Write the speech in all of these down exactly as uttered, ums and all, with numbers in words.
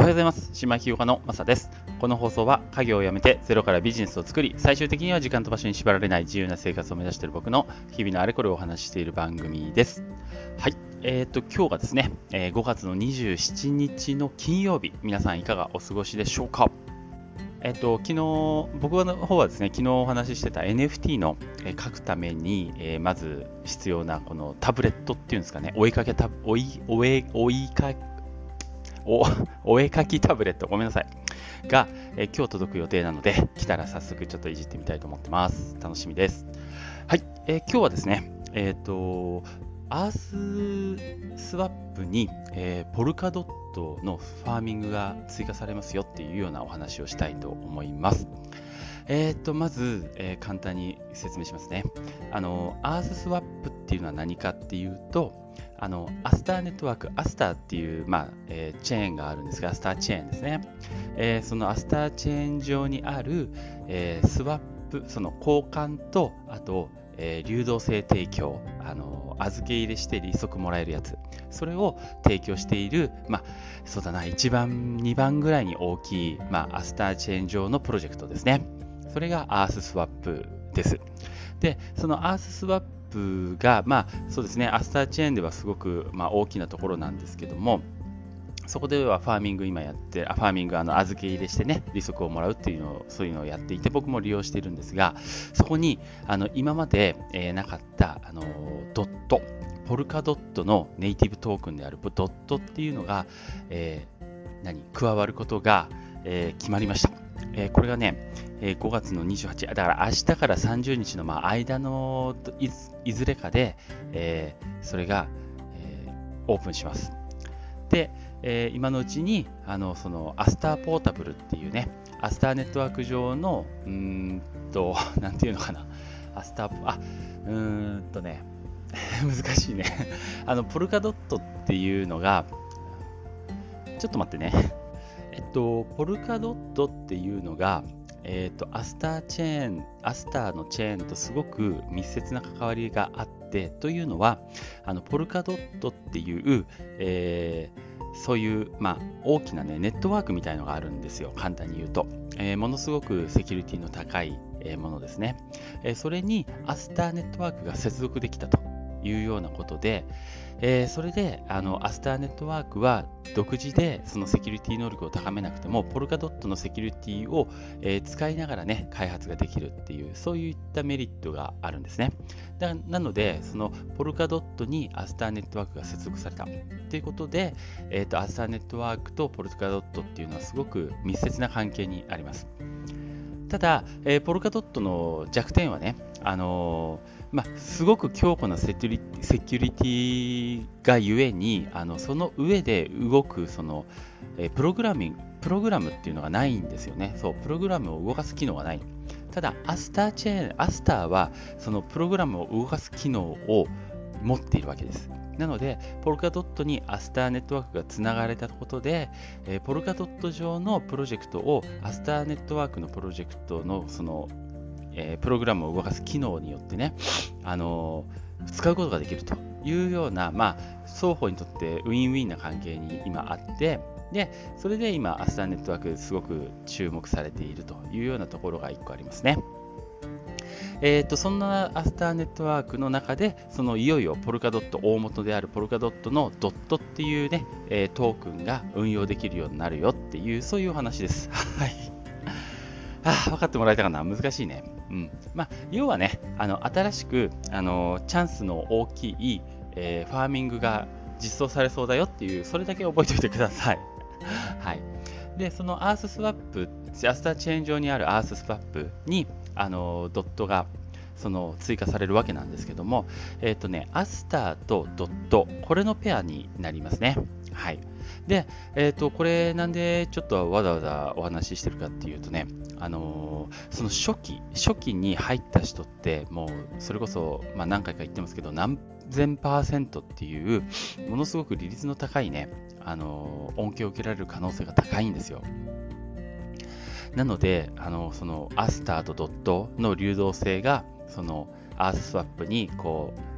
ようございます。島木岡のマサです。この放送は家業を辞めてゼロからビジネスを作り、最終的には時間と場所に縛られない自由な生活を目指している僕の日々のあれこれをお話ししている番組です。はい、えーと今日がですね、えー、ごがつのにじゅうしちにちの金曜日、皆さんいかがお過ごしでしょうか。えっと、昨日、僕の方はですね、昨日お話ししてた エヌエフティー の、えー書くために、えーまず必要なこのタブレットっていうんですかね、お絵かけタブ、おい、お絵、おいか、お、お絵かきタブレット、ごめんなさい。が、えー今日届く予定なので、来たら早速ちょっといじってみたいと思ってます。楽しみです。はい、えー今日はですね、えっと、アーススワップに、えーポルカドットのファーミングが追加されますよっていうようなお話をしたいと思います。えー、とまず、えー簡単に説明しますね。あのアーススワップっていうのは何かっていうと、あのアスターネットワーク、アスターっていう、まあえーチェーンがあるんですが、アスターチェーンですね。えーそのアスターチェーン上にある、えースワップ、その交換と、あと、えー流動性提供、あの預け入れして利息もらえるやつ、それを提供している、まあ、そうだな、いちばん、にばんぐらいに大きい、まあ、アスターチェーン上のプロジェクトですね。それがアーススワップです。で、そのアーススワップが、まあ、そうですね、アスターチェーンではすごく、まあ、大きなところなんですけども、そこではファーミング今やって、あファーミングあの預け入れしてね、利息をもらうっていうのを、そういうのをやっていて、僕も利用しているんですが、そこにあの今まで、えーなかったあのドット、ポルカドットのネイティブトークンであるドットっていうのが、えー何加わることが、えー決まりました。えーこれがね、えーごがつのにじゅうはちにち、だから明日からさんじゅうにちのまあ間のいずいずれかで、えーそれが、えーオープンします。で、えー今のうちにあのそのアスターポータブルっていうね、アスターネットワーク上のうーんとなんていうのかな、アスターあうーんとね難しいねあのポルカドットっていうのが、ちょっと待ってねえっとポルカドットっていうのが、えっとアスターチェーンアスターのチェーンとすごく密接な関わりがあって、というのはあのポルカドットっていう、えーそういう、まあ、大きな、ね、ネットワークみたいのがあるんですよ。簡単に言うと、えーものすごくセキュリティの高い、えーものですね。えーそれにアスターネットワークが接続できたというようなことで、えーそれであのアスターネットワークは独自でそのセキュリティ能力を高めなくても、ポルカドットのセキュリティを、えー使いながらね、開発ができるっていう、そういったメリットがあるんですね。だなので、そのポルカドットにアスターネットワークが接続されたということで、えーと、アスターネットワークとポルカドットっていうのはすごく密接な関係にあります。ただ、えーポルカドットの弱点はね、あのーまあ、すごく強固なセキュリセキュリティがゆえに、あのその上で動くその、えープログラミング、プログラムっていうのがないんですよね。そう、プログラムを動かす機能がない。ただ、アスターチェーン、アスターはそのプログラムを動かす機能を持っているわけです。なので、ポルカドットにアスターネットワークがつながれたことで、えーポルカドット上のプロジェクトをアスターネットワークのプロジェクトのその、えープログラムを動かす機能によってね、あのー使うことができるというような、まあ、双方にとってウィンウィンな関係に今あって、で、それで今、アスターネットワークすごく注目されているというようなところがいっこありますね。えー、とそんなアスターネットワークの中で、そのいよいよポルカドット、大元であるポルカドットのドットっていうね、えートークンが運用できるようになるよっていう、そういうお話です。はい。あー分かってもらえたかな。難しいね。うんまあ、要はね、あの新しくあのチャンスの大きい、えーファーミングが実装されそうだよっていう、それだけ覚えておいてください。はい。で、そのアーススワップ、アスターチェーン上にあるアーススワップにあのドットがその追加されるわけなんですけども、えっ、とね、アスターとドット、これのペアになりますね。はい。で、えっ、と、これなんでちょっとわざわざお話ししてるかっていうとね、あのーその初期、初期に入った人って、もうそれこそ、まあ、何回か言ってますけど、何千パーセントっていう、ものすごく利率の高いね、あのー恩恵を受けられる可能性が高いんですよ。なので、あのそのアスターとドットの流動性が、そのアーススワップにこう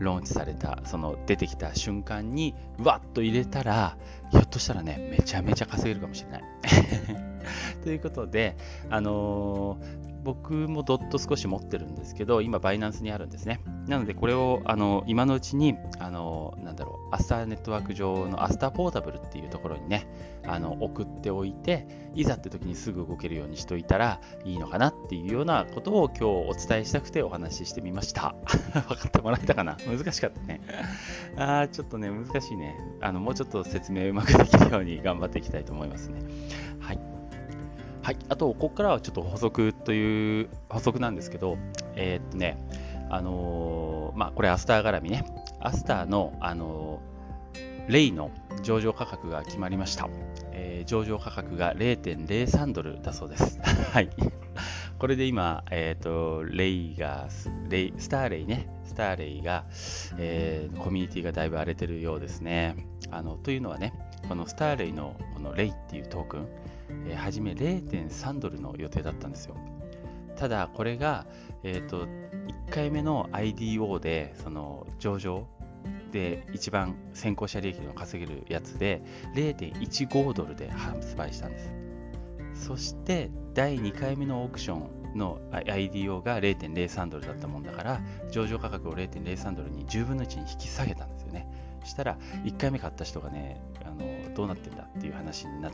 ローンチされた、その出てきた瞬間にわっと入れたら、ひょっとしたらね、めちゃめちゃ稼げるかもしれない。ということで、あのー僕もドット少し持ってるんですけど、今バイナンスにあるんですね。なのでこれをあの今のうちにあのなんだろうアスターネットワーク上のアスターポータブルっていうところにね、あの送っておいて、いざって時にすぐ動けるようにしといたらいいのかなっていうようなことを今日お伝えしたくてお話ししてみました。分かってもらえたかな？難しかったね。あーちょっとね難しいね。あのもうちょっと説明うまくできるように頑張っていきたいと思いますね。はい。はい、あと、ここからはちょっと補足という補足なんですけど、えー、っとね、あのー、まあ、これアスター絡みね、アスターの、あのー、レイの上場価格が決まりました。えー、上場価格が れいてんれいさんドルだそうです。はい。これで今、えー、とレイがレイ、スターレイね、スターレイが、えー、コミュニティがだいぶ荒れてるようですね。あのというのはね、このスターレイのこのレイっていうトークン、えー、初め れいてんさんドルの予定だったんですよ。ただこれが、えー、といっかいめの アイディーオー でその上場で一番先行者利益の稼げるやつで れいてんいちご ドルで発売したんです。そしてだいにかいめのオークションの アイディーオー が れいてんれいさんドルだったもんだから、上場価格を れいてんれいさんドルにじゅうぶんのいちに引き下げたんですよね。したらいっかいめ買った人がね、あのどうなってんだっていう話になって、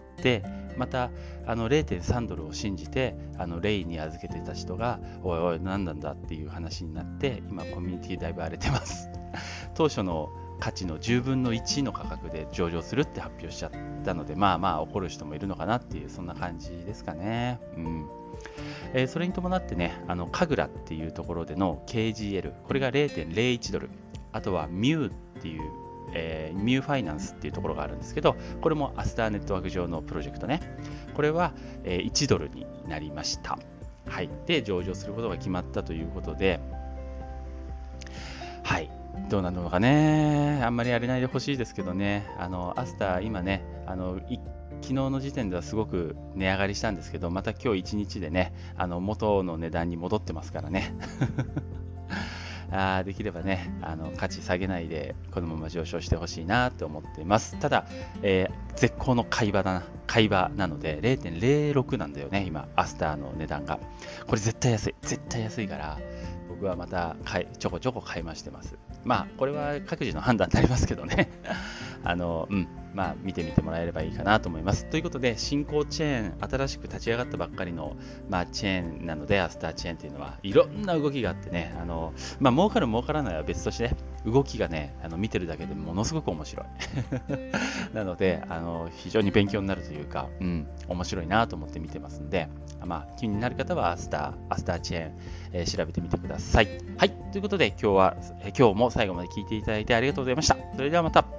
またあの れいてんさんドルを信じてあのレイに預けてた人がおいおい何なんだっていう話になって、今コミュニティだいぶ荒れてます当初の価値のじゅうぶんのいちの価格で上場するって発表しちゃったので、まあまあ怒る人もいるのかなっていう、そんな感じですかね。うんえー、それに伴ってね、あのカグラっていうところでの ケージーエル、 これが れいてんれいいちドル、あとはミューっていうえー、ミューファイナンスっていうところがあるんですけど、これもアスターネットワーク上のプロジェクトね。これは、えー、いちドルになりました。はい。で、上場することが決まったということで、はい。どうなるのかね。あんまりやれないでほしいですけどね。あの、アスター、今ね、あの、い昨日の時点ではすごく値上がりしたんですけど、また今日いちにちでね、あの元の値段に戻ってますからね。あできればね、あの価値下げないでこのまま上昇してほしいなと思っています。ただ、えー、絶好の買い場だな、買い場なので れいてんれいろく なんだよね、今、アスターの値段が。これ絶対安い、絶対安いから、僕はまた買いちょこちょこ買い増してます。まあ、これは各自の判断になりますけどね。あの、うん、まあ、見てみてもらえればいいかなと思います。ということで、新興チェーン、新しく立ち上がったばっかりの、まあ、チェーンなので、アスターチェーンっていうのは、いろんな動きがあってね、あの、まあ、儲かる儲からないは別として、動きがね、あの見てるだけでものすごく面白い。なので、あの、非常に勉強になるというか、うん、面白いなと思って見てますんで、まあ、気になる方はアスター、アスターチェーン、えー、調べてみてください。はい、ということで、今日は、えー、今日も最後まで聞いていただいてありがとうございました。それではまた。